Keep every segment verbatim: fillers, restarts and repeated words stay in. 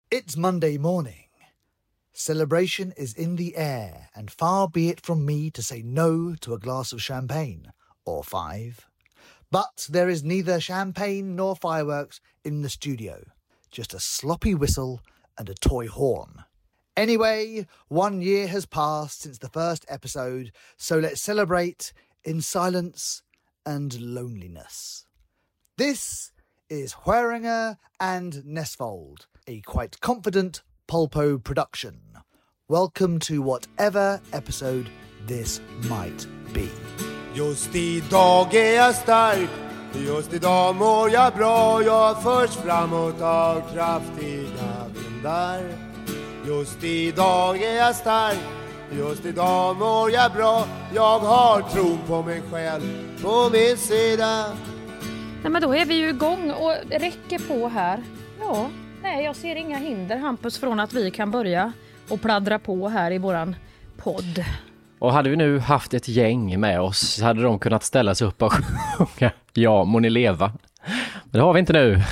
It's Monday morning. Celebration is in the air, and far be it from me to say no to a glass of champagne, or five. But there is neither champagne nor fireworks in the studio, just a sloppy whistle and a toy horn. Anyway, one year has passed since the first episode, so let's celebrate in silence and loneliness. This is Hueringer and Nesvold, a quite confident Polpo production. Welcome to whatever episode this might be. Just idag är jag stark, just idag mår jag bra. Jag förs framåt av kraftiga vindar. Just idag är jag stark, just idag mår jag bra. Jag har tron på mig själv på min sida. Nej, men då är vi ju igång och räcker på här. Ja, nej, jag ser inga hinder, Hampus, från att vi kan börja och pladdra på här i våran podd. Och hade vi nu haft ett gäng med oss så hade de kunnat ställa sig upp och sjunga Ja, må ni leva. Men det har vi inte nu.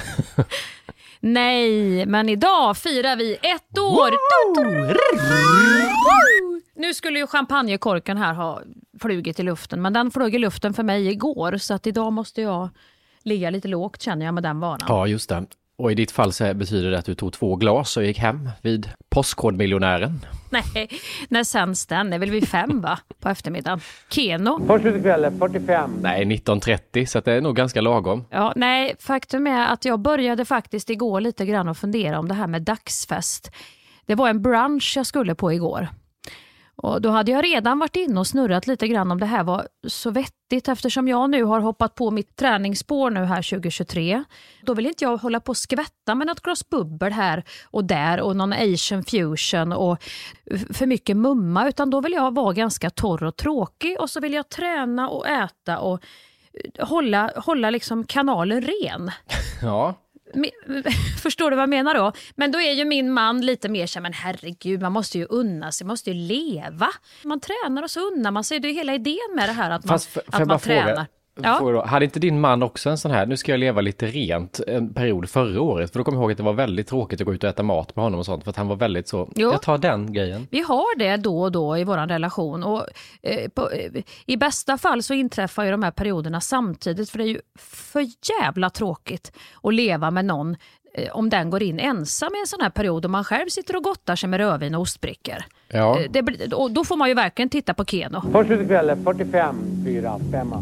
Nej, men idag firar vi ett år. Nu skulle ju champagnekorken här ha flugit i luften, men den flög i luften för mig igår, så att idag måste jag ligga lite lågt, känner jag, med den vanan. Ja, just det. Och i ditt fall så betyder det att du tog två glas och gick hem vid Postkodmiljonären. Nej, när sänds den? Det är väl vid fem, va? På eftermiddagen. Keno. Först utkväll, fyrtiofem. Nej, nitton trettio, så att det är nog ganska lagom. Ja, nej, faktum är att jag började faktiskt igår lite grann och fundera om det här med dagsfest. Det var en brunch jag skulle på igår. Och då hade jag redan varit inne och snurrat lite grann om det här var så vettigt, eftersom jag nu har hoppat på mitt träningsspår nu här tjugo tjugotre. Då vill inte jag hålla på och skvätta med något glas bubbel här och där och någon Asian fusion och för mycket mumma, utan då vill jag vara ganska torr och tråkig, och så vill jag träna och äta och hålla, hålla liksom kanalen ren. Ja. Förstår du vad jag menar då? Men då är ju min man lite mer så, men herregud, man måste ju unna sig, man måste ju leva. Man tränar och så unnar man sig. Det är hela idén med det här att man, Fast för, att man tränar. Fråga, ja. då, hade inte din man också en sån här, nu ska jag leva lite rent, en period förra året? För då kommer jag ihåg att det var väldigt tråkigt att gå ut och äta mat med honom och sånt, för att han var väldigt så, jo. Jag tar den grejen. Vi har det då och då i våran relation, och eh, på, eh, i bästa fall så inträffar ju de här perioderna samtidigt, för det är ju för jävla tråkigt att leva med någon om den går in ensam i en sån här period och man själv sitter och gottar sig med rödvin och ostbrickor. Ja. Det, och då får man ju verkligen titta på Keno. Först utkväll, fyrtiofem, fyra, femma.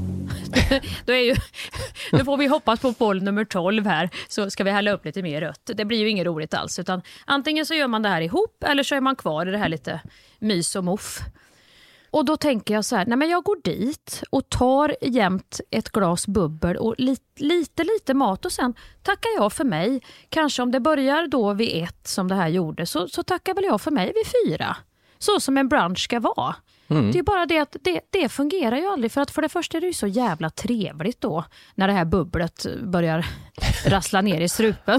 Då är ju, nu får vi hoppas på boll nummer tolv här, så ska vi hälla upp lite mer rött. Det blir ju inget roligt alls, utan antingen så gör man det här ihop eller så är man kvar i det här lite mys och muff. Och då tänker jag så här, nej men jag går dit och tar jämt ett glas bubbel och lite, lite, lite mat, och sen tackar jag för mig. Kanske om det börjar då vid ett som det här gjorde, så, så tackar väl jag för mig vid fyra. Så som en brunch ska vara. Mm. Det är bara det att det, det fungerar ju aldrig, för att för det första är det ju så jävla trevligt då när det här bubblet börjar rassla ner i strupen.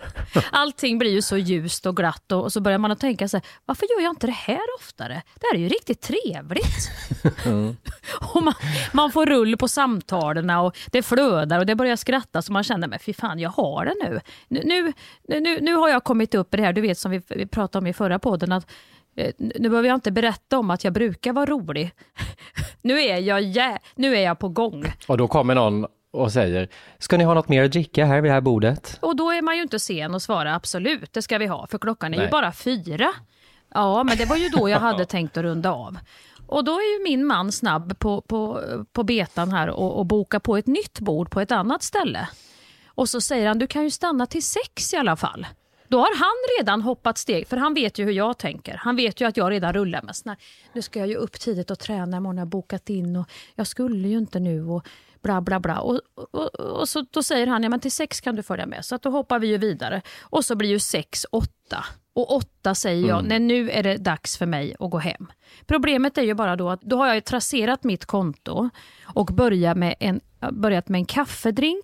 Allting blir ju så ljust och glatt, och så börjar man att tänka sig, varför gör jag inte det här oftare? Det här är ju riktigt trevligt. Mm. Och man, man får rull på samtalen och det flödar och det börjar skratta, så man känner, men fy fan, jag har det nu. Nu, nu, nu, nu har jag kommit upp i det här, du vet som vi, vi pratade om i förra podden, att nu behöver jag inte berätta om att jag brukar vara rolig. Nu är jag, ja, nu är jag på gång. Och då kommer någon och säger, ska ni ha något mer att dricka här vid det här bordet? Och då är man ju inte sen att svara, absolut, det ska vi ha, för klockan är Nej. ju bara fyra. Ja, men det var ju då jag hade tänkt att runda av. Och då är ju min man snabb på, på, på betan här och, och boka på ett nytt bord på ett annat ställe. Och så säger han, du kan ju stanna till sex i alla fall. Då har han redan hoppat steg, för han vet ju hur jag tänker. Han vet ju att jag redan rullar med såna, nu ska jag ju upp tidigt och träna, imorgon har jag bokat in och jag skulle ju inte nu och bla bla bla. Och, och, och så då säger han, ja men till sex kan du följa med. Så att då hoppar vi ju vidare. Och så blir ju sex åtta. Och åtta säger jag, mm. nej nu är det dags för mig att gå hem. Problemet är ju bara då att då har jag ju tracerat mitt konto och börjat med en, börjat med en kaffedrink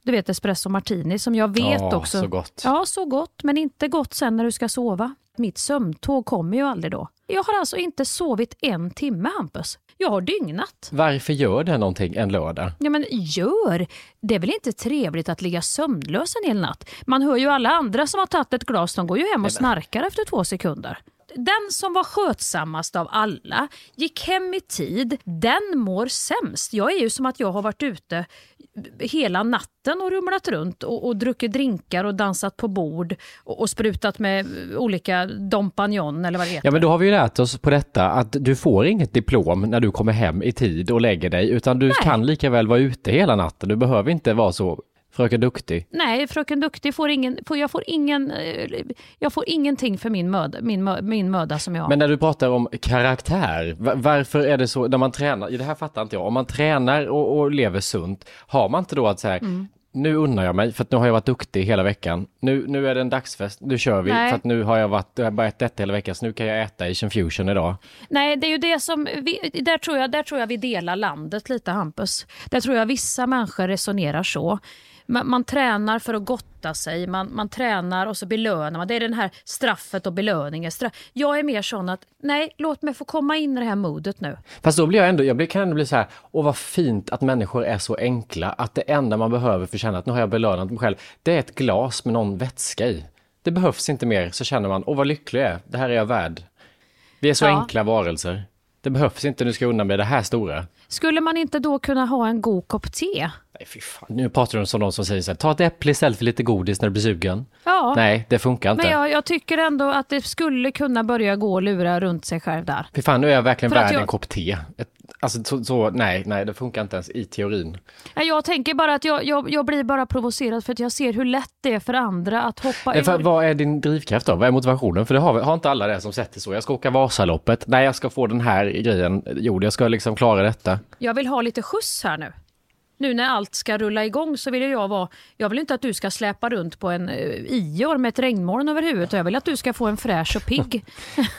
Du vet espresso martini som jag vet ja, också. Så gott. Ja, så gott, men inte gott sen när du ska sova. Mitt sömntåg kommer ju aldrig då. Jag har alltså inte sovit en timme, Hampus. Jag har dygnat. Varför gör det någonting en lördag? Ja, men gör. Det är väl inte trevligt att ligga sömnlös en hel natt. Man hör ju alla andra som har tagit ett glas, de går ju hem och snarkar efter två sekunder. Den som var skötsammast av alla gick hem i tid, den mår sämst. Jag är ju som att jag har varit ute hela natten och rumlat runt och, och druckit drinkar och dansat på bord och, och sprutat med olika dompagnon eller vad det heter. Ja, men då har vi ju lärt oss på detta att du får inget diplom när du kommer hem i tid och lägger dig, utan du Nej. kan lika väl vara ute hela natten. Du behöver inte vara så Fröken Duktig. Nej, Fröken Duktig får ingen, får, jag får ingen, jag får ingenting för min möda, min, mö, min möda som jag har. Men när du pratar om karaktär, varför är det så när man tränar, i det här fattar inte jag, om man tränar och, och lever sunt, har man inte då att säga, mm. nu unnar jag mig för att nu har jag varit duktig hela veckan. Nu, nu är det en dagsfest, nu kör vi. Nej. För att nu har jag varit, jag har bara ätit detta hela veckan, så nu kan jag äta Asian Fusion idag. Nej, det är ju det som, vi, där, tror jag, där tror jag vi delar landet lite, Hampus. Där tror jag vissa människor resonerar så. Man, man tränar för att gotta sig, man, man tränar och så belönar man. Det är den här straffet och belöningen. Straff. Jag är mer sån att, nej, låt mig få komma in i det här modet nu. Fast då blir jag ändå, jag blir, kan ändå bli så här, åh vad fint att människor är så enkla, att det enda man behöver för att känna att nu har jag belönat mig själv, det är ett glas med någon vätska i. Det behövs inte mer, så känner man, åh vad lycklig jag är, det här är jag värd. Vi är så ja. enkla varelser. Det behövs inte, nu ska jag undan med det här stora. Skulle man inte då kunna ha en god kopp te? Nej, fy fan. Nu pratar du som någon som säger så här, ta ett äpple istället för lite godis när du blir sugen. Ja. Nej, det funkar inte. Men jag, jag tycker ändå att det skulle kunna börja gå och lura runt sig själv där. Fy fan, nu är jag verkligen för värd jag... en kopp te. Ett, alltså så, så, nej, nej, det funkar inte ens i teorin. Jag tänker bara att jag, jag, jag blir bara provocerad för att jag ser hur lätt det är för andra att hoppa nej, för, vad är din drivkraft då? Vad är motivationen? För det har, har inte alla det som sätter så. Jag ska åka Vasaloppet. Nej, jag ska få den här grejen gjord. Jag ska liksom klara detta. Jag vill ha lite skjuts här nu. Nu när allt ska rulla igång så vill jag vara, jag vill inte att du ska släppa runt på en uh, ior med ett regnmoln över huvudet. Jag vill att du ska få en fräsch och pigg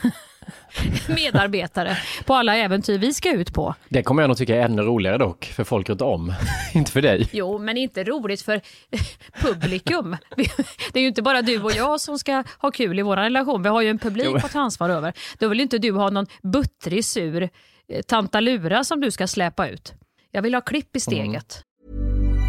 medarbetare på alla äventyr vi ska ut på. Det kommer jag nog tycka är ännu roligare dock för folk runt om. Inte för dig. Jo, men inte roligt för publikum. Det är ju inte bara du och jag som ska ha kul i vår relation. Vi har ju en publik att ta ansvar över. Då vill inte du ha någon buttrig, sur eh, tantalura som du ska släppa ut. Jag vill ha klipp i steget. Mm.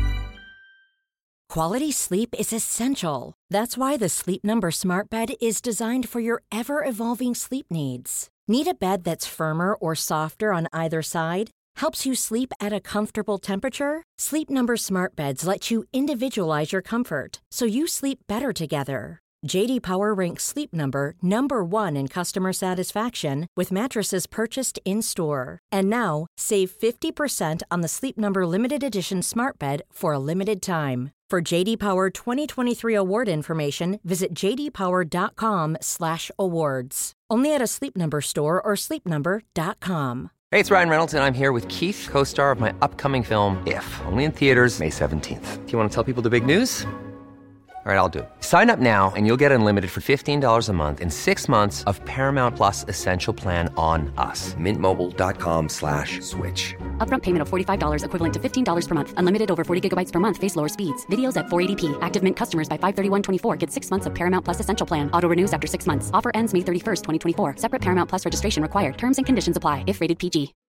Quality sleep is essential. That's why the Sleep Number Smart Bed is designed for your ever-evolving sleep needs. Need a bed that's firmer or softer on either side? Helps you sleep at a comfortable temperature? Sleep Number Smart Beds let you individualize your comfort, so you sleep better together. J D Power ranks Sleep Number number one in customer satisfaction with mattresses purchased in-store. And now, save fifty percent on the Sleep Number Limited Edition Smart Bed for a limited time. For J D Power twenty twenty-three award information, visit j d power dot com slash awards. Only at a Sleep Number store or sleep number dot com. Hey, it's Ryan Reynolds, and I'm here with Keith, co-star of my upcoming film, If, only in theaters May seventeenth. Do you want to tell people the big news? All right, I'll do it. Sign up now and you'll get unlimited for fifteen dollars a month and six months of Paramount Plus Essential Plan on us. Mint Mobile dot com slash switch. Upfront payment of forty-five dollars equivalent to fifteen dollars per month. Unlimited over forty gigabytes per month. Face lower speeds. Videos at four eighty p. Active Mint customers by five thirty-one twenty-four get six months of Paramount Plus Essential Plan. Auto renews after six months. Offer ends May thirty-first, twenty twenty-four. Separate Paramount Plus registration required. Terms and conditions apply if rated P G.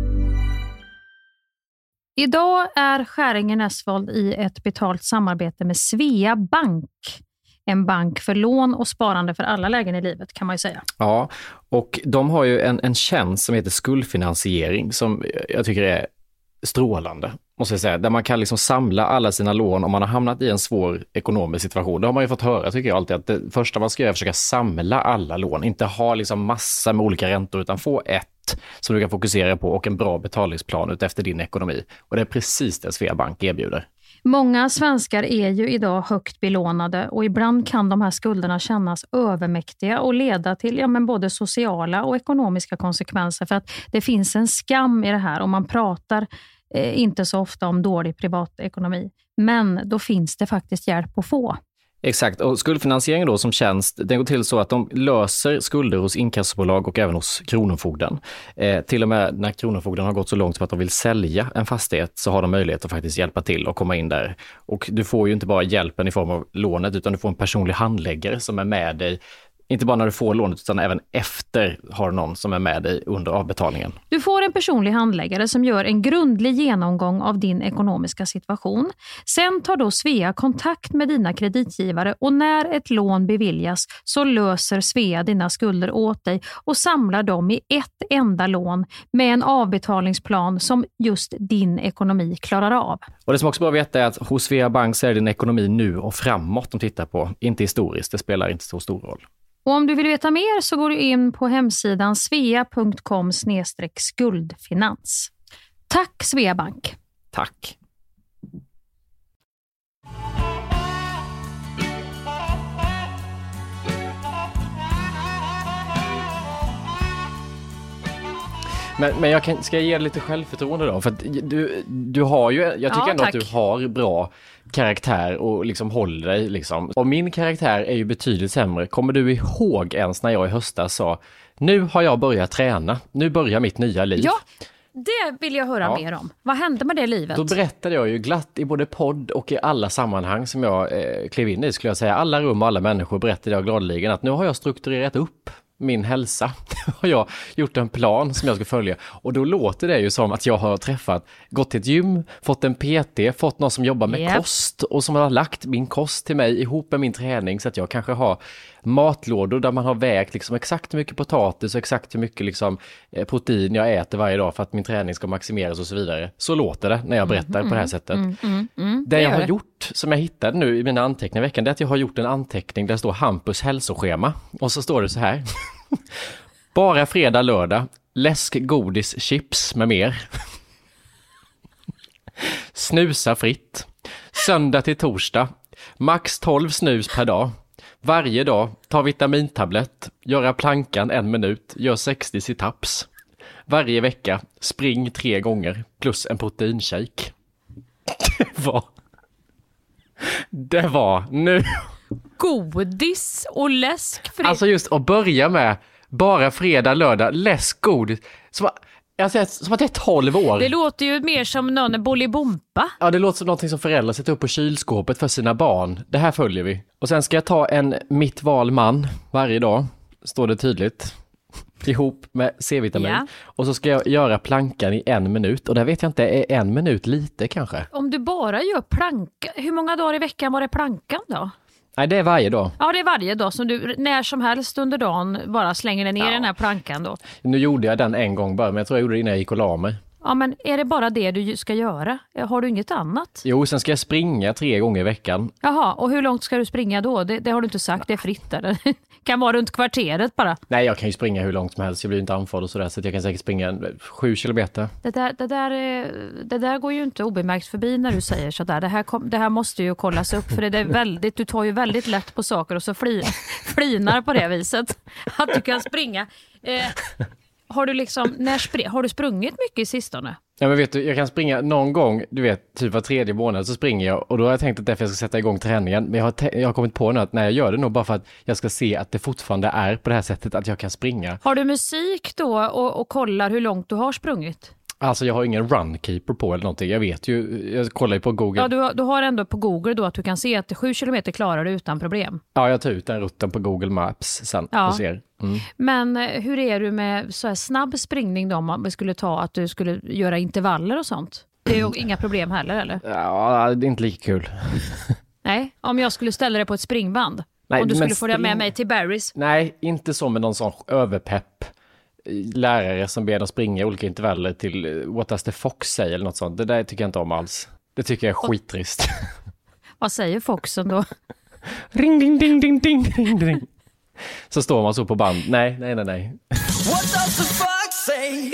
Idag är Skäringen Esvold i ett betalt samarbete med Svea Bank. En bank för lån och sparande för alla lägen i livet, kan man ju säga. Ja, och de har ju en, en tjänst som heter skuldfinansiering som jag tycker är strålande, måste jag säga. Där man kan liksom samla alla sina lån om man har hamnat i en svår ekonomisk situation. Det har man ju fått höra, tycker jag alltid, att det första man ska göra är att försöka samla alla lån. Inte ha liksom massa med olika räntor, utan få ett som du kan fokusera på och en bra betalningsplan ut efter din ekonomi. Och det är precis det Svea Bank erbjuder. Många svenskar är ju idag högt belånade och ibland kan de här skulderna kännas övermäktiga och leda till ja, men både sociala och ekonomiska konsekvenser, för att det finns en skam i det här och man pratar eh, inte så ofta om dålig privatekonomi. Men då finns det faktiskt hjälp att få. Exakt, och skuldfinansiering då som tjänst, den går till så att de löser skulder hos inkassobolag och även hos kronofogden. Eh, till och med när kronofogden har gått så långt så att de vill sälja en fastighet så har de möjlighet att faktiskt hjälpa till och komma in där. Och du får ju inte bara hjälpen i form av lånet utan du får en personlig handläggare som är med dig. Inte bara när du får lånet utan även efter har någon som är med dig under avbetalningen. Du får en personlig handläggare som gör en grundlig genomgång av din ekonomiska situation. Sen tar då Svea kontakt med dina kreditgivare och när ett lån beviljas så löser Svea dina skulder åt dig och samlar dem i ett enda lån med en avbetalningsplan som just din ekonomi klarar av. Och det som också bör veta är att hos Svea Bank så är din ekonomi nu och framåt de tittar på, inte historiskt, det spelar inte så stor roll. Och om du vill veta mer så går du in på hemsidan svea punkt com snedstreck skuldfinans. Tack Svea Bank. Tack. Men, men jag kan, ska jag ge dig lite självförtroende då? För att du, du har ju, jag tycker ja, ändå tack. att du har bra karaktär och liksom håller dig liksom. Och min karaktär är ju betydligt sämre. Kommer du ihåg ens när jag i höstas sa, nu har jag börjat träna, nu börjar mitt nya liv. Ja, det vill jag höra ja. mer om. Vad hände med det livet? Då berättade jag ju glatt i både podd och i alla sammanhang som jag eh, klev in i, skulle jag säga. Alla rum och alla människor berättade jag gladeligen att nu har jag strukturerat upp min hälsa. Har jag gjort en plan som jag ska följa. Och då låter det ju som att jag har träffat, gått till ett gym, fått en P T, fått någon som jobbar med yep. kost och som har lagt min kost till mig ihop med min träning så att jag kanske har matlådor där man har vägt liksom exakt hur mycket potatis och exakt hur mycket liksom protein jag äter varje dag för att min träning ska maximeras och så vidare. Så låter det när jag berättar mm, på det här sättet. Mm, mm, mm, det, det jag har det. gjort, som jag hittade nu i mina anteckningar i veckan, det är att jag har gjort en anteckning där det står Hampus hälsoschema. Och så står det så här. Bara fredag, lördag, läsk, godis, chips med mer. Snusa fritt. Söndag till torsdag, max tolv snus per dag. Varje dag, ta vitamintablett, göra plankan en minut, gör sextio sit-ups. Varje vecka, spring tre gånger, plus en proteinshake. Det var... Det var nu... Godis och läsk fritt. Alltså just att börja med bara fredag, lördag, läsk, godis. Som, alltså, som att det är tolv år. Det låter ju mer som någon bolibompa. Ja, det låter som någonting som föräldrar sätter upp på kylskåpet för sina barn. Det här följer vi. Och sen ska jag ta en mitt val man varje dag. Står det tydligt. Ihop med C-vitamin. Ja. Och så ska jag göra plankan i en minut. Och där vet jag inte, är en minut lite kanske? Om du bara gör planka, hur många dagar i veckan var det plankan då? Nej, det är varje dag. Ja, det är varje dag som du när som helst under dagen bara slänger ner ja. den här plankan då. Nu gjorde jag den en gång bara, men jag tror jag gjorde det innan jag gick och la mig. Ja, men är det bara det du ska göra? Har du inget annat? Jo, sen ska jag springa tre gånger i veckan. Jaha, och hur långt ska du springa då? Det, det har du inte sagt, det är fritt eller? Kan vara runt kvarteret bara. Nej, jag kan ju springa hur långt som helst. Jag blir inte andfådd och sådär, så att jag kan säkert springa en, sju kilometer. Det där, det, där, det där går ju inte obemärkt förbi när du säger sådär. Det här, kom, det här måste ju kollas upp, för det är väldigt, du tar ju väldigt lätt på saker och så fli, flinar på det viset. Att du kan springa. Eh, har, du liksom, när spr- har du sprungit mycket i sistone? Ja, men vet du, jag kan springa någon gång, du vet, typ var tredje månad så springer jag, och då har jag tänkt att därför jag ska sätta igång träningen, men jag har, te- jag har kommit på nu att när jag gör det nog bara för att jag ska se att det fortfarande är på det här sättet att jag kan springa. Har du musik då och, och kollar hur långt du har sprungit? Alltså jag har ingen runkeeper på eller någonting, jag vet ju, jag kollar ju på Google. Ja, du har, du har ändå på Google då att du kan se att sju kilometer klarar du utan problem. Ja, jag tar ut den rutten på Google Maps sen ja. och ser. Mm. Men hur är du med så här snabb springning då, om vi skulle ta att du skulle göra intervaller och sånt? Det är ju inga problem heller, eller? Ja, det är inte lika kul. Nej, om jag skulle ställa dig på ett springband. Nej, om du skulle få spring... med mig till Barry's. Nej, inte som med någon sån överpepp lärare som ber dem springa olika intervaller till What Does the Fox Say eller något sånt. Det där tycker jag inte om alls. Det tycker jag är skittrist. Vad säger Foxen då? Ring, ding, ding, ding, ding, ding, ding. Så står man så på band. Nej, nej, nej, nej. What does the fox say?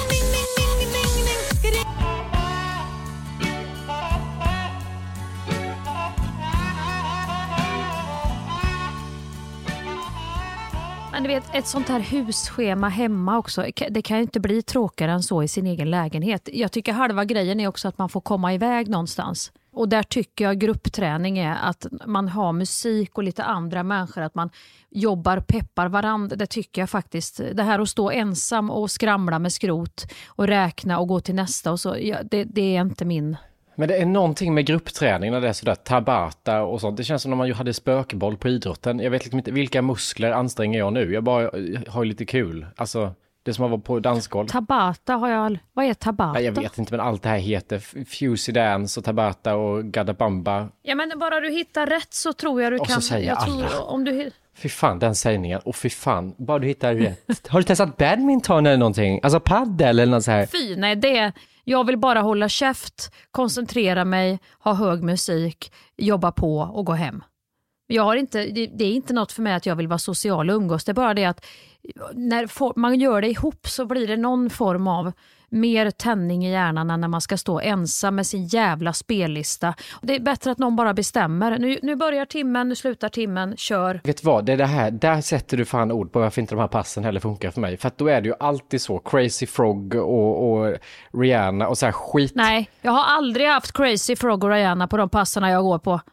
Men du vet, ett sånt här husschema hemma också, det kan ju inte bli tråkigare än så i sin egen lägenhet. Jag tycker halva grejen är också att man får komma iväg någonstans. Och där tycker jag gruppträning är att man har musik och lite andra människor, att man jobbar, peppar varandra. Det tycker jag faktiskt. Det här att stå ensam och skramla med skrot och räkna och gå till nästa och så, ja, det, det är inte min... Men det är någonting med gruppträning när det är sådär tabata och sånt. Det känns som när man ju hade spökboll på idrotten. Jag vet liksom inte vilka muskler anstränger jag nu. Jag bara har lite kul. Alltså, det som att vara på dansgolv. Tabata har jag... Vad är tabata? Jag vet inte, men allt det här heter Fusey Dance och tabata och gadabamba. Ja, men bara du hittar rätt så tror jag du och kan... Och så säger jag alla. tror, om du... Fy fan, den sägningen. Och fy fan, bara du hittar rätt. Har du testat badminton eller någonting? Alltså paddel eller något så här? Fy, nej, det... Jag vill bara hålla käft, koncentrera mig, ha hög musik, jobba på och gå hem. Jag har inte, det, det är inte något för mig att jag vill vara social och umgås. Det är bara det att när for, man gör det ihop så blir det någon form av mer tändning i hjärnan än när man ska stå ensam med sin jävla spellista. Det är bättre att någon bara bestämmer. Nu, nu börjar timmen, nu slutar timmen, kör. Vet du vad, det är det här, där sätter du fan ord på varför inte de här passen heller funkar för mig. För att då är det ju alltid så, Crazy Frog och, och Rihanna och så här skit. Nej, jag har aldrig haft Crazy Frog och Rihanna på de passarna jag går på.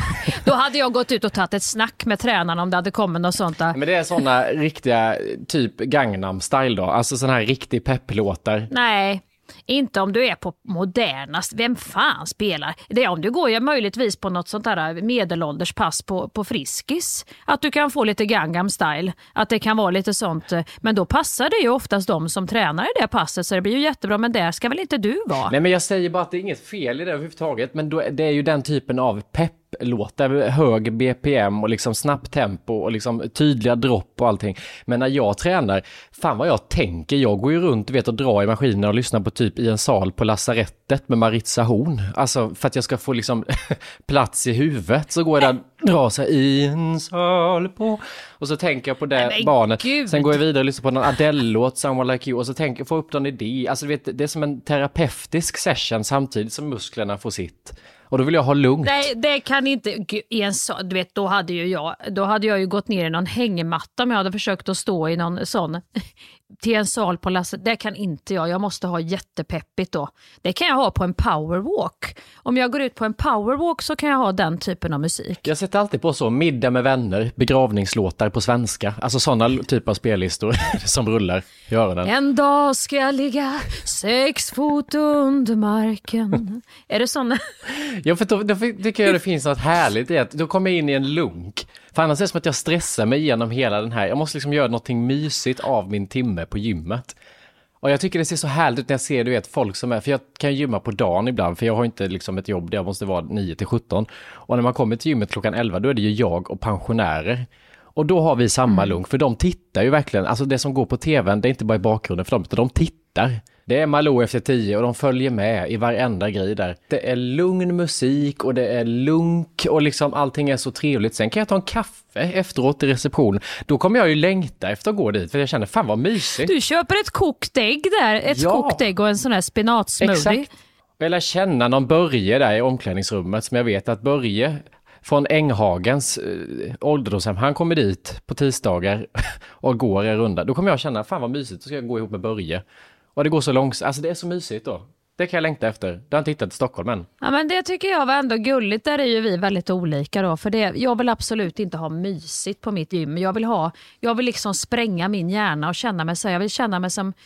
Då hade jag gått ut och tagit ett snack med tränaren om det hade kommit något sånt där. Men det är såna riktiga typ Gangnam Style då, alltså såna här riktig pepplåtar. Nej, inte om du är på modernast. Vem fan spelar? Det är om du går ju möjligtvis på något sånt där medelålderspass på, på Friskis. Att du kan få lite Gangnam Style. Att det kan vara lite sånt. Men då passar det ju oftast de som tränar i det passet. Så det blir ju jättebra. Men där ska väl inte du vara? Nej, men jag säger bara att det är inget fel i det överhuvudtaget. Men då, det är ju den typen av pepp. Låter hög B P M och liksom snabbt tempo och liksom tydliga dropp och allting. Men när jag tränar, fan vad jag tänker, jag går ju runt, vet, och drar i maskinen och lyssnar på typ i en sal på lasarettet med Maritza Horn. Alltså för att jag ska få liksom plats i huvudet så går jag där och drar sig i en sal på, och så tänker jag på det Nej, barnet. Gud. Sen går jag vidare och lyssnar på någon Adele-låt, Someone Like You, och så tänker jag få upp någon idé. Alltså du vet, det är som en terapeutisk session samtidigt som musklerna får sitt. Och då vill jag ha lugnt. Nej, det kan inte i en så, du vet, då hade ju jag då hade jag ju gått ner i någon hängmatta om jag hade försökt att stå i någon sån till en sal på Lasse. Det kan inte jag. Jag måste ha jättepeppigt då. Det kan jag ha på en powerwalk. Om jag går ut på en powerwalk så kan jag ha den typen av musik. Jag sätter alltid på så middag med vänner, begravningslåtar på svenska. Alltså sådana typer av spellistor som rullar i öronen. En dag ska jag ligga sex fot under marken. Är det såna? Ja, för då, då tycker jag det finns något härligt i att då kommer jag in i en lunk. För annars är det som att jag stressar mig igenom hela den här. Jag måste liksom göra någonting mysigt av min timme på gymmet. Och jag tycker det ser så härligt ut när jag ser, du vet, folk som är... För jag kan gymma på dagen ibland, för jag har inte liksom ett jobb där jag måste vara nio till sjutton. Och när man kommer till gymmet klockan elva, då är det ju jag och pensionärer. Och då har vi samma Mm. lunk, för de tittar ju verkligen. Alltså det som går på tvn, det är inte bara i bakgrunden för dem, utan de tittar. Det är Malou efter tio och de följer med i varenda grej där. Det är lugn musik och det är lunk och liksom allting är så trevligt. Sen kan jag ta en kaffe efteråt i reception. Då kommer jag ju längta efter att gå dit, för jag känner, fan vad mysigt. Du köper ett kokt ägg där. Ett Ja. kokt ägg och en sån här spinatsmoothie. Exakt. Eller känna någon Börje där i omklädningsrummet, som jag vet att Börje från Änghagens eh, ålderdomshem, han kommer dit på tisdagar och går en runda. Då kommer jag känna, fan vad mysigt, då ska jag gå ihop med Börje. Och det går så långsamt, alltså det är så mysigt då. Det kan jag längta efter. Det har inte hittat i Stockholm än. Ja, men det tycker jag var ändå gulligt. Där är ju vi väldigt olika då. För det, jag vill absolut inte ha mysigt på mitt gym. Jag vill ha, jag vill liksom spränga min hjärna och känna mig så. Jag vill känna mig som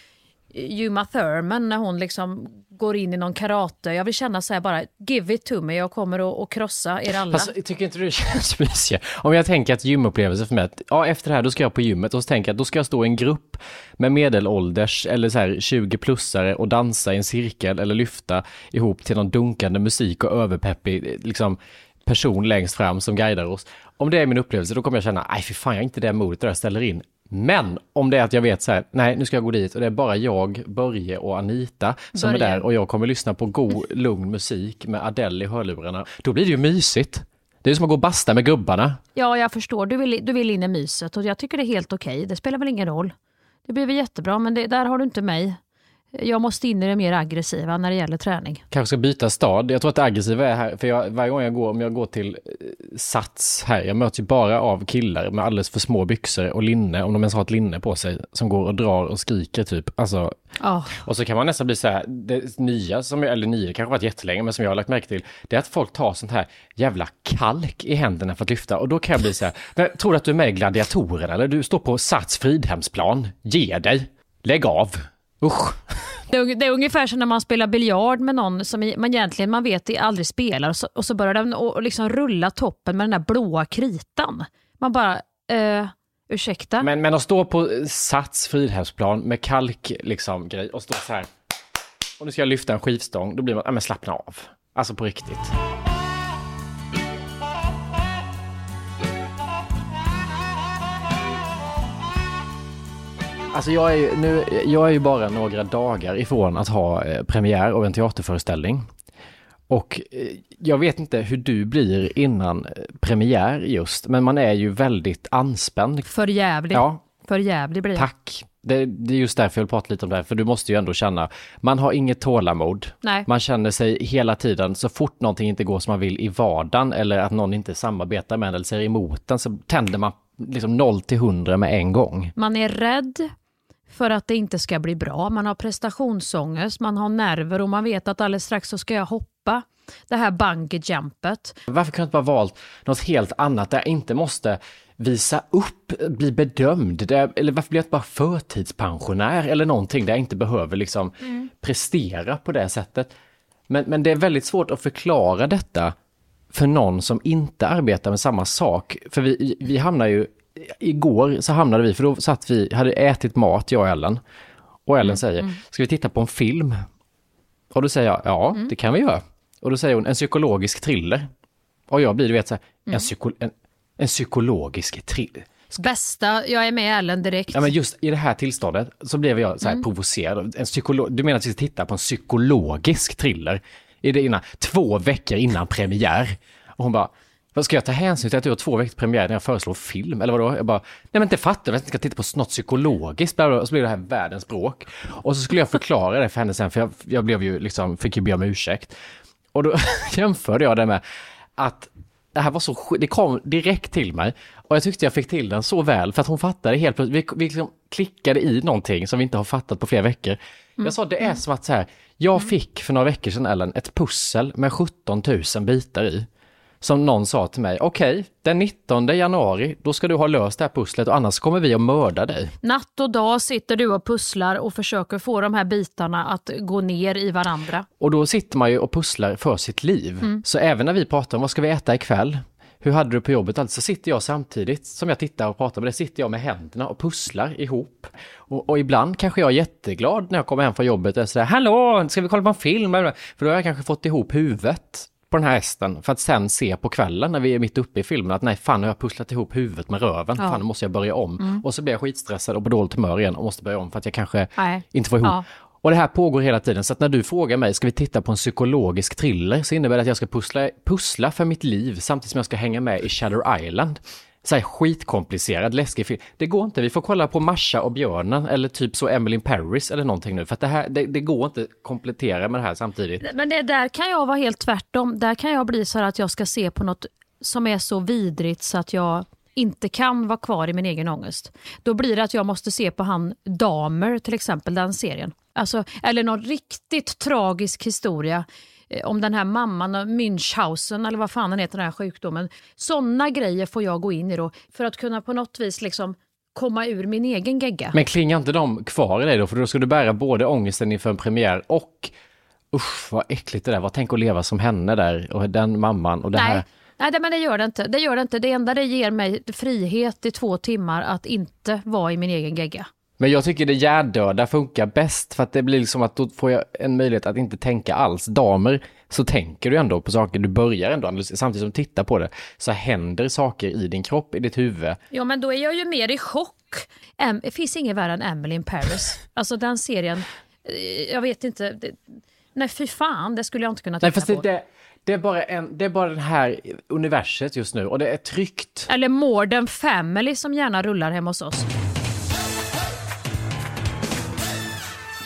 Uma Thurman när hon liksom går in i någon karate. Jag vill känna så här bara, give it to me. Jag kommer att, att krossa er alla. Alltså, tycker inte du det känns mysigt? Om jag tänker att gymupplevelse för mig, att ja, efter det här då ska jag på gymmet och så tänker jag att då ska jag stå i en grupp med medelålders eller så här tjugo-plussare och dansa i en cirkel eller lyfta ihop till någon dunkande musik och överpeppig liksom person längst fram som guidar oss. Om det är min upplevelse, då kommer jag känna, nej för fan, jag är inte det modet där jag ställer in. Men om det är att jag vet så här, nej nu ska jag gå dit och det är bara jag, Börje och Anita som Börje. är där och jag kommer lyssna på god, lugn musik med Adele i hörlurarna. Då blir det ju mysigt. Det är som att gå och basta med gubbarna. Ja, jag förstår. Du vill, du vill in i myset och jag tycker det är helt okej. Det spelar väl ingen roll. Det blir väl jättebra, men det, där har du inte mig. Jag måste in i det mer aggressiva när det gäller träning. Kanske ska byta stad. Jag tror att det aggressiva är här, för jag, varje gång jag går, om jag går till Sats här, jag möts ju bara av killar med alldeles för små byxor och linne, om de ens har ett linne på sig, som går och drar och skriker typ. Alltså, oh. Och så kan man nästan bli så här, det nya, som, eller nya, det kanske varit jättelänge, men som jag har lagt märke till, det är att folk tar sånt här jävla kalk i händerna för att lyfta, och då kan jag bli så här, men, tror du att du är med i Gladiatorerna, eller du står på Sats Fridhemsplan, ge dig, lägg av. Usch. Det är, det är ungefär som när man spelar biljard med någon som man egentligen man vet aldrig spelar, och så, och så börjar den och liksom rulla toppen med den där blåa kritan. Man bara, eh, ursäkta. Men, men att stå på Sats Fridhemsplan med kalk liksom grej och stå så här, och nu ska jag lyfta en skivstång, då blir man, ja men slappna av. Alltså på riktigt. Alltså jag är, ju, nu, jag är ju bara några dagar ifrån att ha eh, premiär av en teaterföreställning. Och eh, jag vet inte hur du blir innan eh, premiär just, men man är ju väldigt anspänd. För jävlig. Ja. För jävlig blir det. Tack. Det, det är just därför jag vill prata lite om det här, för du måste ju ändå känna, man har inget tålamod. Nej. Man känner sig hela tiden, så fort någonting inte går som man vill i vardagen, eller att någon inte samarbetar med en eller säger emot den, så tänder man liksom noll till hundra med en gång. Man är rädd för att det inte ska bli bra. Man har prestationsångest, man har nerver, och man vet att alldeles strax så ska jag hoppa det här bungee-jumpet. Varför kan jag inte bara valt något helt annat där jag inte måste visa upp, bli bedömd? Där, eller varför blir jag inte bara förtidspensionär eller någonting där jag inte behöver liksom mm. prestera på det sättet? Men, men det är väldigt svårt att förklara detta för någon som inte arbetar med samma sak. För vi, vi hamnar ju, igår så hamnade vi, för då satt vi, hade ätit mat, jag och Ellen. Och Ellen mm. säger, mm. ska vi titta på en film? Och då säger jag, ja, mm. det kan vi göra. Och då säger hon, en psykologisk thriller. Och jag blir, du vet, så här, mm. en, psyko, en, en psykologisk thriller. Bästa, jag är med Ellen direkt. Ja, men just i det här tillståndet så blev jag så här mm. provocerad. En psykolo- du menar att vi ska titta på en psykologisk thriller? Är det innan, två veckor innan premiär? Och hon bara, vad ska jag ta hänsyn till att du har två veckor premiär när jag föreslår film? Eller vadå? Jag bara, nej men inte fattar, jag ska titta på något psykologiskt. Och så blir det här världens språk. Och så skulle jag förklara det för henne sen, för jag, jag blev ju liksom, fick ju be om ursäkt. Och då jämförde jag det med att det här var så, det kom direkt till mig. Och jag tyckte jag fick till den så väl, för att hon fattade helt plötsligt, vi, vi liksom klickade i någonting som vi inte har fattat på flera veckor. Mm. Jag sa, det är som att så här, jag fick för några veckor sedan, Ellen, ett pussel med sjutton tusen bitar i. Som någon sa till mig, okej, okay, den nittonde januari, då ska du ha löst det här pusslet, och annars kommer vi att mörda dig. Natt och dag sitter du och pusslar och försöker få de här bitarna att gå ner i varandra. Och då sitter man ju och pusslar för sitt liv. Mm. Så även när vi pratar om vad ska vi äta ikväll, hur hade du på jobbet, alltså sitter jag samtidigt som jag tittar och pratar med det, sitter jag med händerna och pusslar ihop. Och, och ibland kanske jag är jätteglad när jag kommer hem från jobbet och säger, hallå, ska vi kolla på en film? För då har jag kanske fått ihop huvudet på den här hästen, för att sen se på kvällen när vi är mitt uppe i filmen att nej, fan, jag har pusslat ihop huvudet med röven, ja. Fan, nu måste jag börja om. Mm. Och så blir jag skitstressad och på dåligt humör igen och måste börja om för att jag kanske nej. inte får ihop. Ja. Och det här pågår hela tiden, så att när du frågar mig, ska vi titta på en psykologisk thriller, så innebär det att jag ska pussla, pussla för mitt liv samtidigt som jag ska hänga med i Shutter Island. Så här skitkomplicerad, läskig film. Det går inte, vi får kolla på Marsha och björnen eller typ så Emily in Paris eller någonting nu, för att det här, det, det går inte komplettera med det här samtidigt. Men det där kan jag vara helt tvärtom. Där kan jag bli så här att jag ska se på något som är så vidrigt så att jag inte kan vara kvar i min egen ångest. Då blir det att jag måste se på han Dahmer till exempel, den serien. Alltså, eller någon riktigt tragisk historia om den här mamman och Münchhausen eller vad fan den heter, den här sjukdomen. Sådana grejer får jag gå in i då för att kunna på något vis liksom komma ur min egen gegga. Men klingar inte de kvar i dig då? För då ska du bära både ångesten inför en premiär och usch vad äckligt det där. Vad tänk att leva som henne där och den mamman och det Nej. här. Nej, men det gör det inte. Det gör det inte. Det enda det ger mig frihet i två timmar att inte vara i min egen gegga. Men jag tycker det hjärndöda funkar bäst, för att det blir liksom att då får jag en möjlighet att inte tänka alls. Damer, så tänker du ändå på saker, du börjar ändå samtidigt som du tittar på det, så händer saker i din kropp, i ditt huvud. Ja, men då är jag ju mer i chock. Em, det finns ingen värre än Emily in Paris. Alltså den serien, jag vet inte, det, nej fy fan, det skulle jag inte kunna titta nej, fast på. Det, det, det, är bara en, det är bara den här universet just nu, och det är tryggt. Eller Modern Family som gärna rullar hemma hos oss.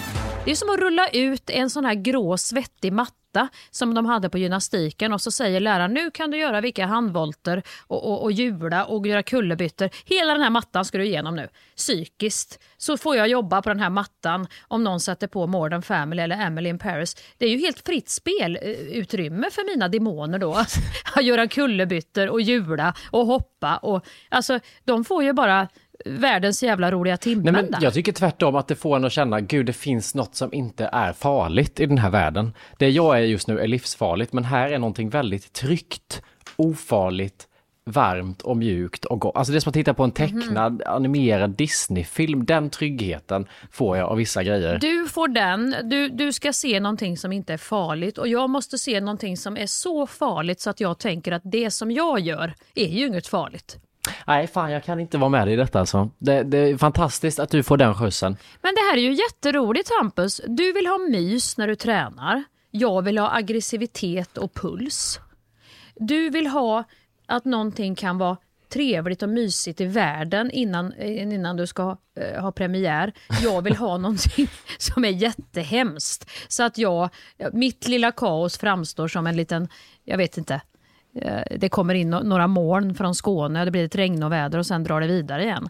Det är som att rulla ut en sån här grå svettig matta som de hade på gymnastiken och så säger läraren, nu kan du göra vilka handvolter och, och, och hjula och göra kullerbyttor. Hela den här mattan ska du igenom nu. Psykiskt så får jag jobba på den här mattan om någon sätter på Modern Family eller Emily in Paris. Det är ju helt fritt spelutrymme för mina demoner då. Att göra kullerbyttor och hjula och hoppa. Och, alltså, de får ju bara världens jävla roliga timmen. Nej, men jag tycker tvärtom att det får en att känna, gud, det finns något som inte är farligt i den här världen. Det jag är just nu är livsfarligt, men här är någonting väldigt tryggt, ofarligt, varmt och mjukt och gott. Alltså det är som att titta på en tecknad, mm. animerad Disney-film. Den tryggheten får jag av vissa grejer. Du får den. Du, du ska se någonting som inte är farligt. Och jag måste se någonting som är så farligt så att jag tänker att det som jag gör är ju inget farligt. Nej, fan, jag kan inte vara med i detta alltså. Det, det är fantastiskt att du får den skjutsen. Men det här är ju jätteroligt, Hampus. Du vill ha mys när du tränar. Jag vill ha aggressivitet och puls. Du vill ha att någonting kan vara trevligt och mysigt i världen innan, innan du ska uh, ha premiär. Jag vill ha någonting som är jättehemskt. Så att jag, mitt lilla kaos framstår som en liten, jag vet inte, det kommer in några moln från Skåne, det blir ett regn och väder och sen drar det vidare igen.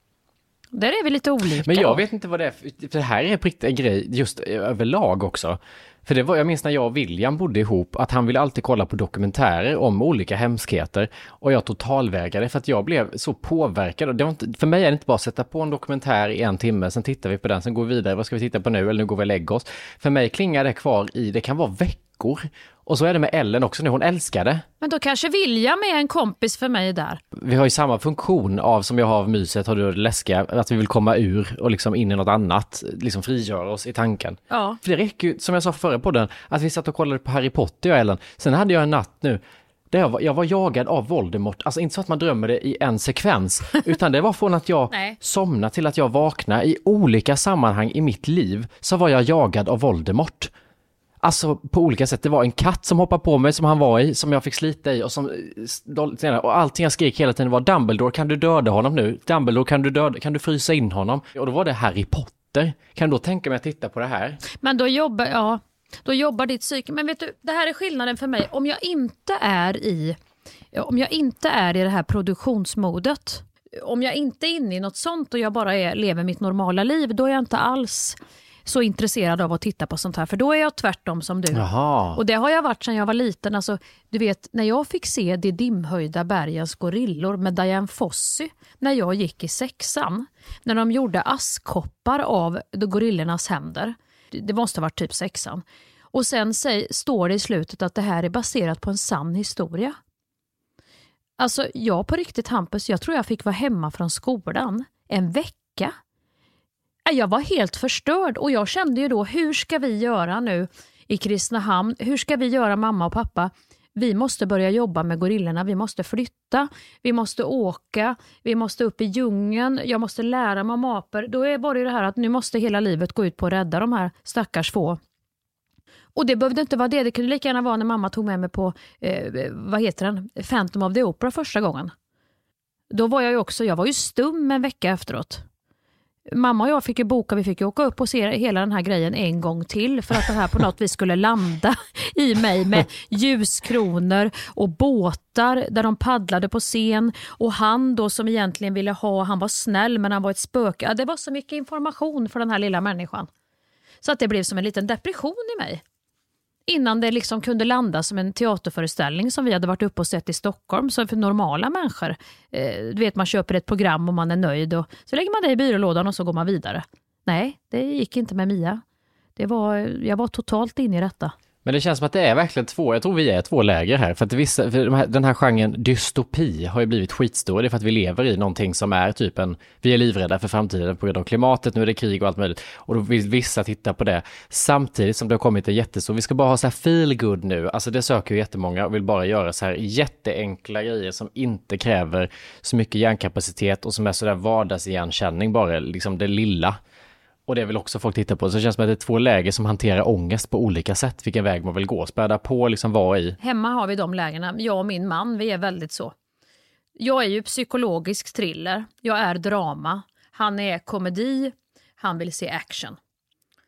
Där är vi lite olika. Men jag vet inte vad det är, för det här är riktigt en grej just överlag också. För det var, jag minns när jag och William bodde ihop, att han ville alltid kolla på dokumentärer om olika hemskheter. Och jag totalvägrade för att jag blev så påverkad. Och det var inte, för mig är det inte bara att sätta på en dokumentär i en timme, sen tittar vi på den, sen går vi vidare. Vad ska vi titta på nu? Eller nu går vi och lägger oss. För mig klingar det kvar i, det kan vara veckor. Och så är det med Ellen också nu, hon älskar det. Men då kanske William är en kompis för mig där. Vi har ju samma funktion av som jag har av myset, har du det läskiga, att vi vill komma ur och liksom in i något annat, liksom frigöra oss i tanken. Ja. För det räcker ju, som jag sa förra podden, att vi satt och kollade på Harry Potter och Ellen. Sen hade jag en natt nu där jag var, jag var jagad av Voldemort. Alltså inte så att man drömmer det i en sekvens, utan det var från att jag somnade till att jag vaknade. I olika sammanhang i mitt liv så var jag jagad av Voldemort. Alltså på olika sätt. Det var en katt som hoppade på mig som han var i, som jag fick slita i och som och allting jag skrek hela tiden var Dumbledore, kan du döda honom nu? Dumbledore, kan du döda, kan du frysa in honom? Och då var det Harry Potter. Kan du då tänka mig att titta på det här? Men då jobbar, ja, då jobbar ditt psyke. Men vet du, det här är skillnaden för mig. Om jag inte är i om jag inte är i det här produktionsmodet, om jag inte är inne i något sånt och jag bara är, lever mitt normala liv, då är jag inte alls så intresserad av att titta på sånt här. För då är jag tvärtom som du. Jaha. Och det har jag varit sedan jag var liten. Alltså, du vet, när jag fick se De dimhöjda bergens gorillor med Diane Fossey när jag gick i sexan. När de gjorde askkoppar av de gorillornas händer. Det måste ha varit typ sexan. Och sen säg, står det i slutet att det här är baserat på en sann historia. Alltså, jag på riktigt, Hampus, jag tror jag fick vara hemma från skolan en vecka. Jag var helt förstörd och jag kände ju då, hur ska vi göra nu i Kristinehamn? Hur ska vi göra, mamma och pappa? Vi måste börja jobba med gorillorna, vi måste flytta, vi måste åka, vi måste upp i djungeln, jag måste lära mig om apor. Då är bara det här att nu måste hela livet gå ut på att rädda de här stackars få. Och det behövde inte vara det, det kunde lika gärna vara när mamma tog med mig på, eh, vad heter den? Phantom of the Opera första gången. Då var jag ju också, jag var ju stum en vecka efteråt. Mamma och jag fick ju boka, vi fick ju åka upp och se hela den här grejen en gång till för att det här på något vis skulle landa i mig med ljuskronor och båtar där de paddlade på scen och han då som egentligen ville ha, han var snäll men han var ett spöke. Ja, det var så mycket information för den här lilla människan. Så att det blev som en liten depression i mig. Innan det liksom kunde landa som en teaterföreställning som vi hade varit uppe och sett i Stockholm. Så för normala människor, eh, du vet, man köper ett program och man är nöjd och så lägger man det i byrålådan och så går man vidare. Nej, det gick inte med Mia. Det var, jag var totalt inne i detta. Men det känns som att det är verkligen två, jag tror vi är två läger här. För att vissa, för de här, den här genren dystopi har ju blivit skitstor. Det är för att vi lever i någonting som är typ en, vi är livrädda för framtiden på grund av klimatet, nu är det krig och allt möjligt. Och då vill vissa titta på det samtidigt som det har kommit en jättestor, vi ska bara ha så här feel good nu. Alltså det söker ju jättemånga och vill bara göra så här jätteenkla grejer som inte kräver så mycket hjärnkapacitet och som är så där vardagsigenkänning, bara liksom det lilla. Och det vill också folk titta på. Så det känns som att det är två läger som hanterar ångest på olika sätt. Vilken väg man vill gå. Späda på, liksom vara i. Hemma har vi de lägerna. Jag och min man, vi är väldigt så. Jag är ju psykologisk thriller. Jag är drama. Han är komedi. Han vill se action.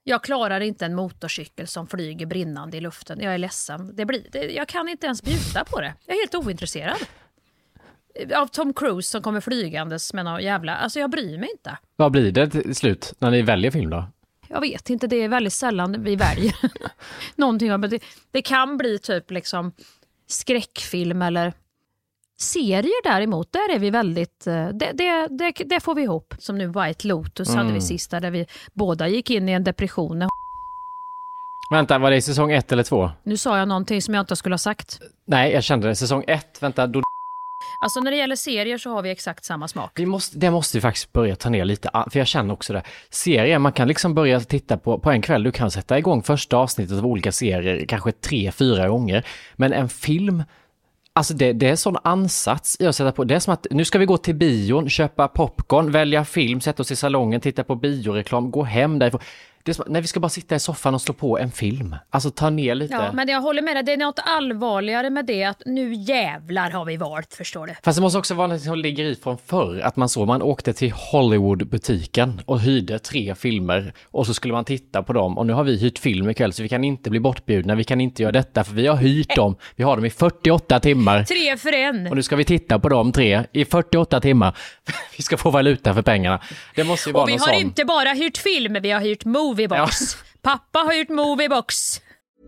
Jag klarar inte en motorcykel som flyger brinnande i luften. Jag är ledsen. Det blir, det, jag kan inte ens bjuda på det. Jag är helt ointresserad. Av Tom Cruise som kommer flygandes med någon jävla... Alltså jag bryr mig inte. Vad blir det till slut när ni väljer film då? Jag vet inte, det är väldigt sällan vi väljer någonting. Men det, det kan bli typ liksom skräckfilm eller serier däremot. Där är vi väldigt... Det, det, det, det får vi ihop. Som nu White Lotus mm. hade vi sista där vi båda gick in i en depression. Vänta, var det i säsong ett eller två? Nu sa jag någonting som jag inte skulle ha sagt. Nej, jag kände det. Säsong ett, vänta, då... Alltså när det gäller serier så har vi exakt samma smak. Vi måste, det måste vi faktiskt börja ta ner lite, för jag känner också det. Serier, man kan liksom börja titta på, på en kväll, du kan sätta igång första avsnittet av olika serier, kanske tre, fyra gånger. Men en film, alltså det, det är sån ansats i att sätta på. Det är som att nu ska vi gå till bion, köpa popcorn, välja film, sätta oss i salongen, titta på bioreklam, gå hem därifrån. Det är som, nej, vi ska bara sitta i soffan och slå på en film. Alltså ta ner lite. Ja, men jag håller med dig. Det är något allvarligare med det att nu jävlar har vi valt, förstår du. Fast det måste också vara något som ligger i från förr. Att man så, man åkte till Hollywood-butiken och hyrde tre filmer. Och så skulle man titta på dem. Och nu har vi hyrt film ikväll så vi kan inte bli bortbjudna. Vi kan inte göra detta för vi har hyrt dem. Vi har dem i fyrtioåtta timmar. Tre för en. Och nu ska vi titta på dem tre i fyrtioåtta timmar. Vi ska få valuta för pengarna. Det måste ju vara och vi någon har sån... inte bara hyrt film, vi har hyrt Moviebox. Ja. Pappa har gjort Moviebox.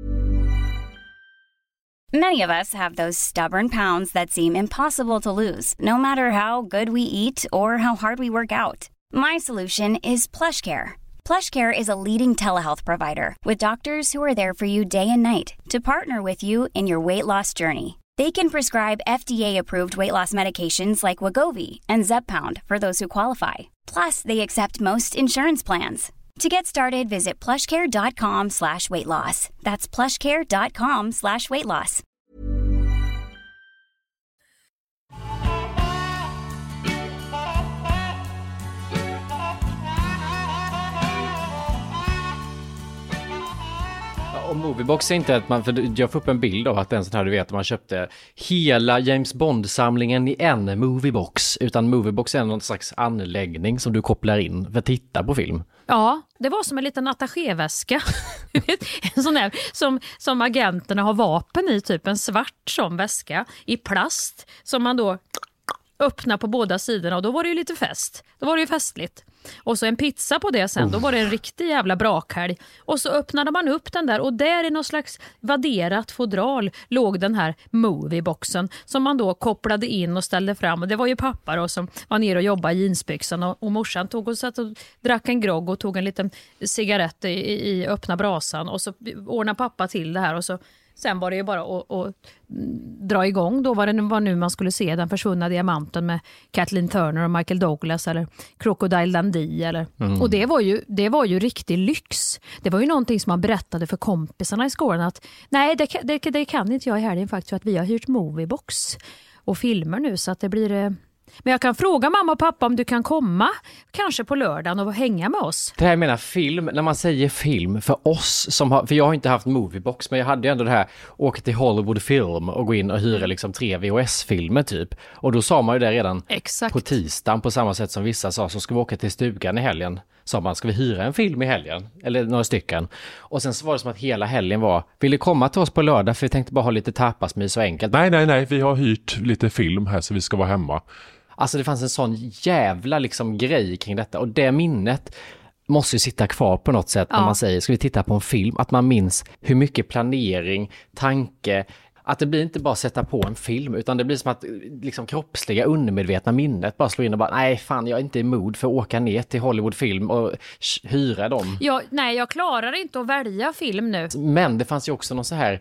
Many of us have those stubborn pounds that seem impossible to lose, no matter how good we eat or how hard we work out. My solution is PlushCare. PlushCare is a leading telehealth provider with doctors who are there for you day and night to partner with you in your weight loss journey. They can prescribe F D A-approved weight loss medications like Wegovy and Zepbound for those who qualify. Plus, they accept most insurance plans. To get started, visit plushcare.com slash weight loss. That's plushcare.com slash weight loss. Och Moviebox är inte att man, för jag får upp en bild av att den sån här, du vet, man köpte hela James Bond-samlingen i en Moviebox, utan Moviebox är någon slags anläggning som du kopplar in för att titta på film. Ja, det var som en liten attachéväska. En sån där som, som agenterna har vapen i, typ en svart som väska i plast som man då öppnar på båda sidorna och då var det ju lite fest. Då var det ju festligt. Och så en pizza på det sen, då var det en riktig jävla brakhelg. Och så öppnade man upp den där och där i någon slags vadderat fodral låg den här Movieboxen som man då kopplade in och ställde fram. Och det var ju pappa då som var nere och jobbade i jeansbyxan och, och morsan tog och satt och drack en grogg och tog en liten cigarett i, i öppna brasan och så ordnade pappa till det här och så sen var det ju bara att, att dra igång. Då var det var nu man skulle se Den försvunna diamanten med Kathleen Turner och Michael Douglas eller Crocodile Dundee. Eller. Mm. Och det var, ju, det var ju riktig lyx. Det var ju någonting som man berättade för kompisarna i skolan att nej, det, det, det kan inte jag i helgen faktiskt för att vi har hyrt Moviebox och filmer nu så att det blir... Men jag kan fråga mamma och pappa om du kan komma kanske på lördagen och hänga med oss. Det här menar film, när man säger film för oss som har, för jag har inte haft Moviebox men jag hade ju ändå det här, åka till Hollywood Film och gå in och hyra liksom tre V H S-filmer typ. Och då sa man ju det redan Exakt. På tisdagen på samma sätt som vissa sa, så ska vi åka till stugan i helgen. Sa man, ska vi hyra en film i helgen? Eller några stycken. Och sen så var det som att hela helgen var, vill du komma till oss på lördag för vi tänkte bara ha lite tapasmys och enkelt. Nej, nej, nej, vi har hyrt lite film här så vi ska vara hemma. Alltså det fanns en sån jävla liksom grej kring detta. Och det minnet måste ju sitta kvar på något sätt när ja. man säger, ska vi titta på en film? Att man minns hur mycket planering, tanke, att det blir inte bara sätta på en film utan det blir som att liksom kroppsliga undermedvetna minnet bara slår in och bara, nej fan jag är inte i mod för att åka ner till Hollywood Film och hyra dem. Ja, nej jag klarar inte att välja film nu. Men det fanns ju också någon så här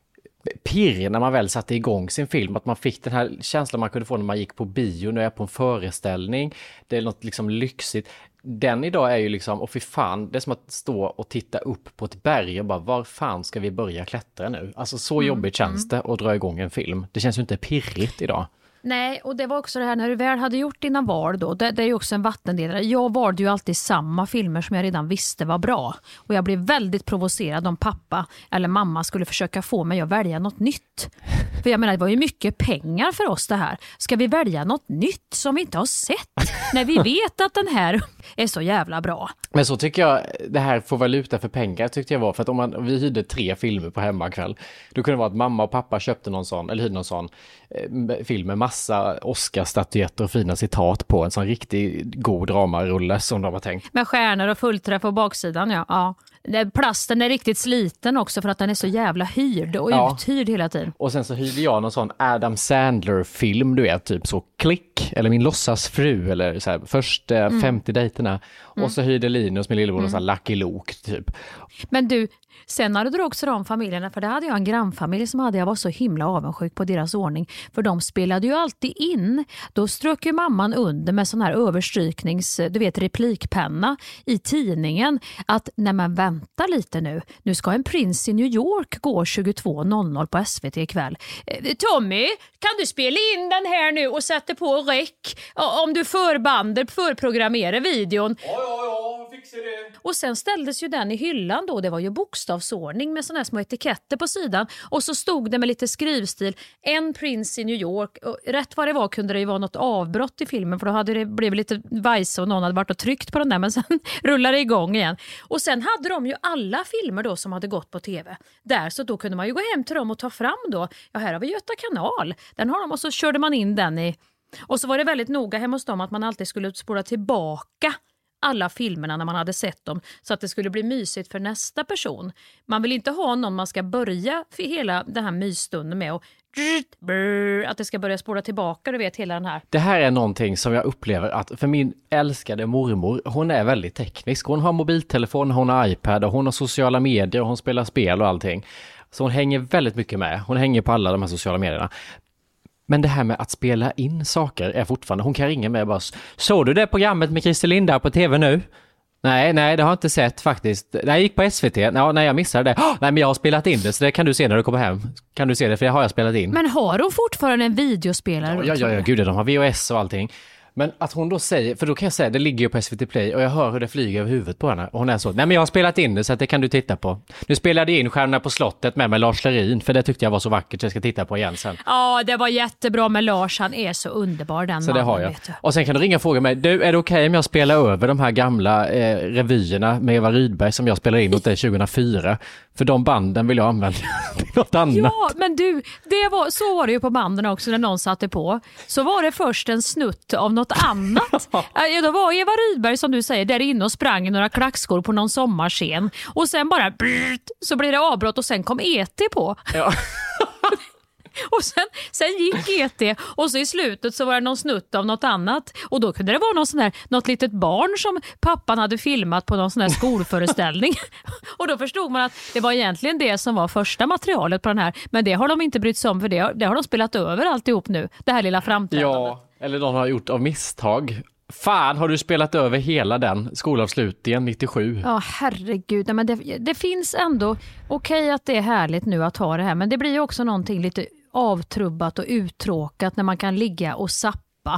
pirr när man väl satte igång sin film, att man fick den här känslan man kunde få när man gick på bio, när jag är på en föreställning, det är något liksom lyxigt. Den idag är ju liksom, och för fan, det är som att stå och titta upp på ett berg och bara, var fan ska vi börja klättra nu? Alltså så mm, jobbigt känns det att dra igång en film. Det känns ju inte pirrigt idag. Nej, och det var också det här när du väl hade gjort dina val då, det, det är ju också en vattendelare. Jag valde ju alltid samma filmer som jag redan visste var bra. Och jag blev väldigt provocerad om pappa eller mamma skulle försöka få mig att välja något nytt. För jag menar, det var ju mycket pengar för oss det här. Ska vi välja något nytt som vi inte har sett? När vi vet att den här är så jävla bra. Men så tycker jag, det här får valuta för pengar tyckte jag var, för att om man, vi hyrde tre filmer på hemmakväll, då kunde det vara att mamma och pappa köpte någon sån, eller hyrde någon sån eh, film med massa Oscar-statyetter och fina citat på, en sån riktigt god dramarulle som de har tänkt. Med stjärnor och fullträff på baksidan, ja. ja. Plasten är riktigt sliten också för att den är så jävla hyrd och ja. uthyrd hela tiden. Och sen så hyrde jag någon sån Adam Sandler-film, du vet, typ så Klick, eller Min låtsasfru, eller så här, först eh, mm. femtio dejterna. Mm. Och så hyrde Linus, min lillebror, mm. så här Lucky Luke, typ. Men du, sen hade du också de familjerna, för det hade jag en grannfamilj som hade, jag var så himla avundsjuk på deras ordning, för de spelade ju alltid in. Då strök ju mamman under med sån här överstryknings, du vet, replikpenna i tidningen, att när man väntar lite nu, nu ska en prins i New York gå tjugotvå noll noll på S V T ikväll. Tommy, kan du spela in den här nu och sätta på räck om du förbander, förprogrammerar videon? Ja, ja, ja, fixar det. Och sen ställdes ju den i hyllan då, det var ju bokstavsordning med såna här små etiketter på sidan, och så stod det med lite skrivstil, en prins i New York, och rätt vad det var kunde det ju vara något avbrott i filmen, för då hade det blivit lite vajs och någon hade varit och tryckt på den där, men sen rullade det igång igen. Och sen hade de ju alla filmer då som hade gått på tv där, så då kunde man ju gå hem till dem och ta fram då, ja, här har vi Göta kanal, den har de, och så körde man in den i, och så var det väldigt noga hemma hos dem att man alltid skulle spola tillbaka alla filmerna när man hade sett dem, så att det skulle bli mysigt för nästa person. Man vill inte ha någon man ska börja för hela den här mysstunden med, och att det ska börja spåra tillbaka, du vet, hela den här. Det här är någonting som jag upplever att för min älskade mormor, hon är väldigt teknisk. Hon har mobiltelefon, hon har iPad och hon har sociala medier och hon spelar spel och allting. Så hon hänger väldigt mycket med. Hon hänger på alla de här sociala medierna. Men det här med att spela in saker är fortfarande, hon kan ringa mig och bara, såg du det programmet med Christer Linda på tv nu? Nej, nej, det har jag inte sett faktiskt. Nej, jag gick på S V T. Ja, nej, jag missade det. Oh, nej, men jag har spelat in det, så det kan du se när du kommer hem. Kan du se det, för det har jag spelat in. Men har hon fortfarande en videospelare? Ja, ja, ja, gud, de har V H S och allting. Men att hon då säger, för då kan jag säga, det ligger ju på S V T Play och jag hör hur det flyger över huvudet på henne. Och hon är så, nej men jag har spelat in det så att det kan du titta på. Nu spelade jag in Stjärnorna på slottet med med Lars Lerin, för det tyckte jag var så vackert så jag ska titta på igen sen. Ja, det var jättebra med Lars, han är så underbar den så mannen, det har jag. Och sen kan du ringa och fråga mig, du, är det okej okay om jag spelar över de här gamla eh, revyerna med Eva Rydberg som jag spelade in åt dig tjugohundrafyra? För de banden vill jag använda till något annat. Ja, men du, det var, så var det ju på banden också när någon satte på. Så var det först en snutt av något annat. Ja, då var Eva Rydberg, som du säger, där inne och sprang i några klackskor på någon sommarscen. Och sen bara brrrt, så blev det avbrott och sen kom E T på. Ja. Och sen, sen gick E T och så i slutet så var det någon snutt av något annat. Och då kunde det vara någon sån där, något litet barn som pappan hade filmat på någon sån här skolföreställning. Och då förstod man att det var egentligen det som var första materialet på den här. Men det har de inte brytt sig om, för det, det har de spelat över alltihop nu. Det här lilla framträdandet. Ja, eller de har gjort av misstag. Fan, har du spelat över hela den skolavslutningen nittiosju? Ja, herregud. Men det, det finns ändå, okej okay att det är härligt nu att ha det här, men det blir ju också någonting lite avtrubbat och uttråkat när man kan ligga och sappa.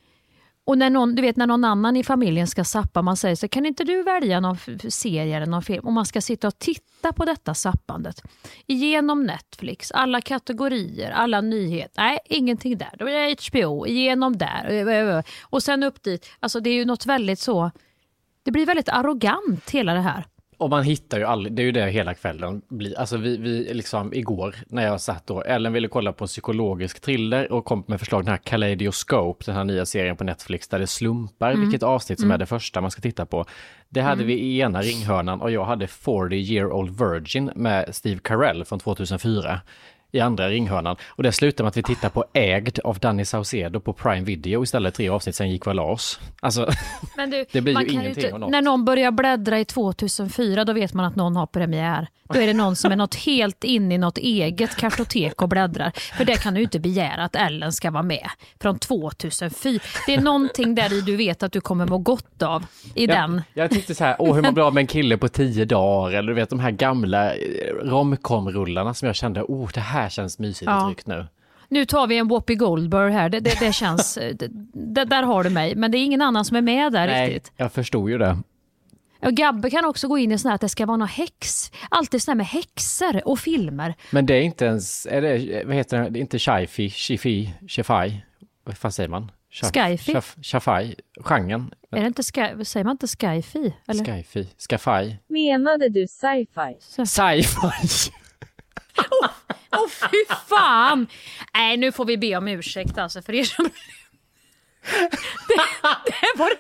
Och när någon, du vet, när någon annan i familjen ska sappa, man säger så, kan inte du välja någon serie eller någon film? Och man ska sitta och titta på detta sappandet. Igenom Netflix, alla kategorier, alla nyheter. Nej, ingenting där. Då är det H B O, igenom där. Och sen upp dit. Alltså det är ju något väldigt så, det blir väldigt arrogant hela det här. Och man hittar ju aldrig, det är ju det hela kvällen blir. Alltså vi, vi liksom igår när jag satt då, Ellen ville kolla på en psykologisk thriller och kom med förslag, den här Kaleidoscope, den här nya serien på Netflix där det slumpar mm. vilket avsnitt som mm. är det första man ska titta på. Det hade mm. vi i ena ringhörnan och jag hade forty year old virgin med Steve Carell från tvåtusenfyra i andra ringhörnan. Och det slutade med att vi tittar på Ägd av Danny Saucedo på Prime Video istället, tre avsnitt sen gick väl oss. Alltså, men du, det blir ju ingenting inte, av något. När någon börjar bläddra i tvåtusenfyra, då vet man att någon har premiär. Då är det någon som är något helt inne i något eget kartotek och bläddrar. För det kan du inte begära att Ellen ska vara med från tvåtusenfyra. Det är någonting där i du vet att du kommer må gott av i jag, den. Jag tyckte så här, åh hur man bra med en kille på tio dagar. Eller du vet de här gamla romcom-rullarna som jag kände, åh det här känns mysigt ja. och tryggt nu. Nu tar vi en Whoopi Goldberg här. Det, det, det känns, det, där har du mig. Men det är ingen annan som är med där. Nej, riktigt. Jag förstod ju det. Och Gabbe kan också gå in i sån här att det ska vara någon häx. Alltid sån här med häxor och filmer. Men det är inte ens, är det, vad heter det, det är inte sci-fi, sci-fi, sci-fi, vad fan säger man? Skyfi. Sci-fi, genren. Är det inte sky, säger man inte skyfi? Eller? Skyfi, skyfi. Menade du sci-fi? Sci-fi. Åh, oh, oh, fy fan! Nej, nu får vi be om ursäkt alltså för er som... det, det var...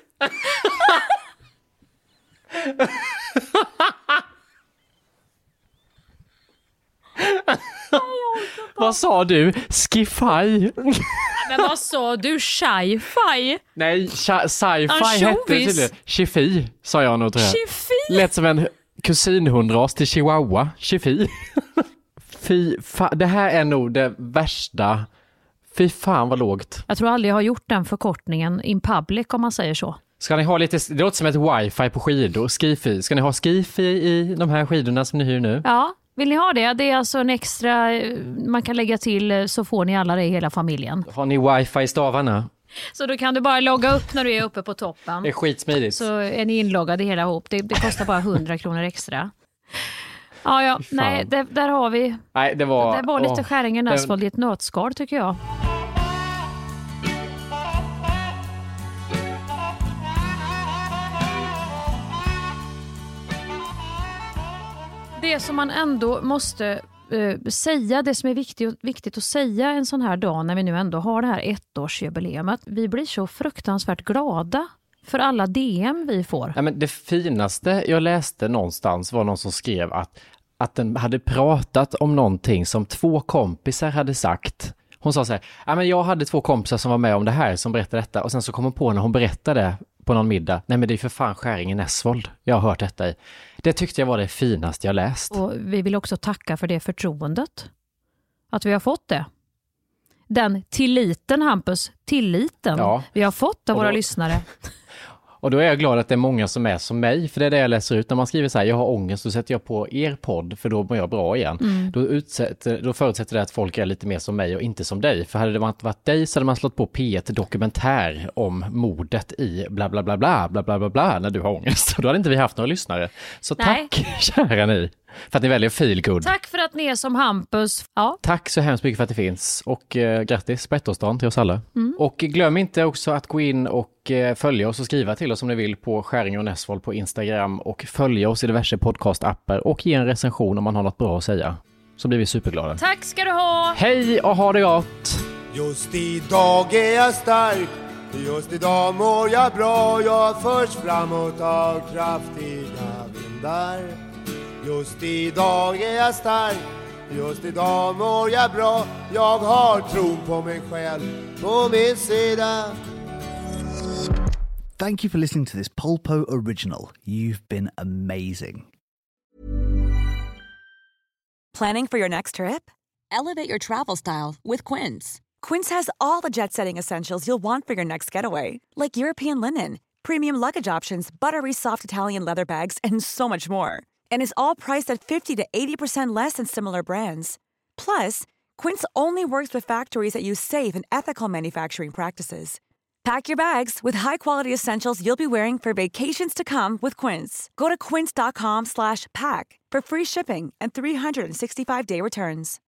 Vad sa du? Skifaj? Men vad sa du? Sci-fi? Nej, sci- sci-fi hette tydligen. Chifi, sa jag nog tror jag. Chifi? Lät som en kusinhundras till chihuahua. Chifi. Fy fa- det här är nog det värsta. Fy fan vad lågt. Jag tror aldrig jag har gjort den förkortningen in public om man säger så. Ska ni ha lite, det låter som ett wifi på skidor, skifi. Ska ni ha skifi i de här skidorna som ni hyr nu? Ja, vill ni ha det? Det är alltså en extra, man kan lägga till så får ni alla det i hela familjen. Har ni wifi i stavarna? Så då kan du bara logga upp när du är uppe på toppen. Det är skitsmidigt. Så är ni inloggade hela ihop. Det, det kostar bara hundra kronor extra. Ja, ja. Nej, det, där har vi. Nej, det var, det var lite åh, Skäringen Näsvold i ett nötskal tycker jag. Det som man ändå måste uh, säga, det som är viktigt, viktigt att säga en sån här dag när vi nu ändå har det här ettårsjubileumet. Vi blir så fruktansvärt glada för alla D M vi får. Ja, men det finaste jag läste någonstans var någon som skrev att, att den hade pratat om någonting som två kompisar hade sagt. Hon sa så här, ja, men jag hade två kompisar som var med om det här som berättade detta och sen så kom hon på när hon berättade på någon middag, nej men det är för fan Skäringen Näsvold jag har hört detta i. Det tyckte jag var det finaste jag läst. Och vi vill också tacka för det förtroendet. Att vi har fått det. Den tilliten, Hampus, tilliten ja. vi har fått av då, våra lyssnare. Och då är jag glad att det är många som är som mig, för det är det jag läser ut. När man skriver så här, jag har ångest, då sätter jag på er podd, för då mår jag bra igen. Mm. Då, utsätter, då förutsätter det att folk är lite mer som mig och inte som dig. För hade det varit dig så hade man slått på P ett dokumentär om mordet i bla bla bla bla bla bla bla bla när du har ångest. Då hade inte vi haft några lyssnare. Så Nej. tack, kära ni, för att ni väljer feel good. Tack för att ni är som Hampus. Ja. Tack så hemskt mycket för att det finns. Och eh, grattis på ettårsdagen till oss alla. Mm. Och glöm inte också att gå in och eh, följa oss och skriva till oss om ni vill på Skäringen och Näsvold på Instagram. Och följa oss i diverse podcastappar och ge en recension om man har något bra att säga. Så blir vi superglada. Tack ska du ha! Hej och ha det gott! Just idag är jag stark, just idag mår jag bra. Jag förs framåt av kraftiga vindar. Just idag är jag stark, just idag mår jag bra. Jag har tron på mig själv på min sida. Thank you for listening to this Polpo original. You've been amazing. Planning for your next trip? Elevate your travel style with Quince. Quince has all the jet-setting essentials you'll want for your next getaway, like European linen, premium luggage options, buttery soft Italian leather bags, and so much more. And is all priced at fifty to eighty percent less than similar brands. Plus, Quince only works with factories that use safe and ethical manufacturing practices. Pack your bags with high-quality essentials you'll be wearing for vacations to come with Quince. Go to quince dot com slash pack for free shipping and three sixty-five day returns.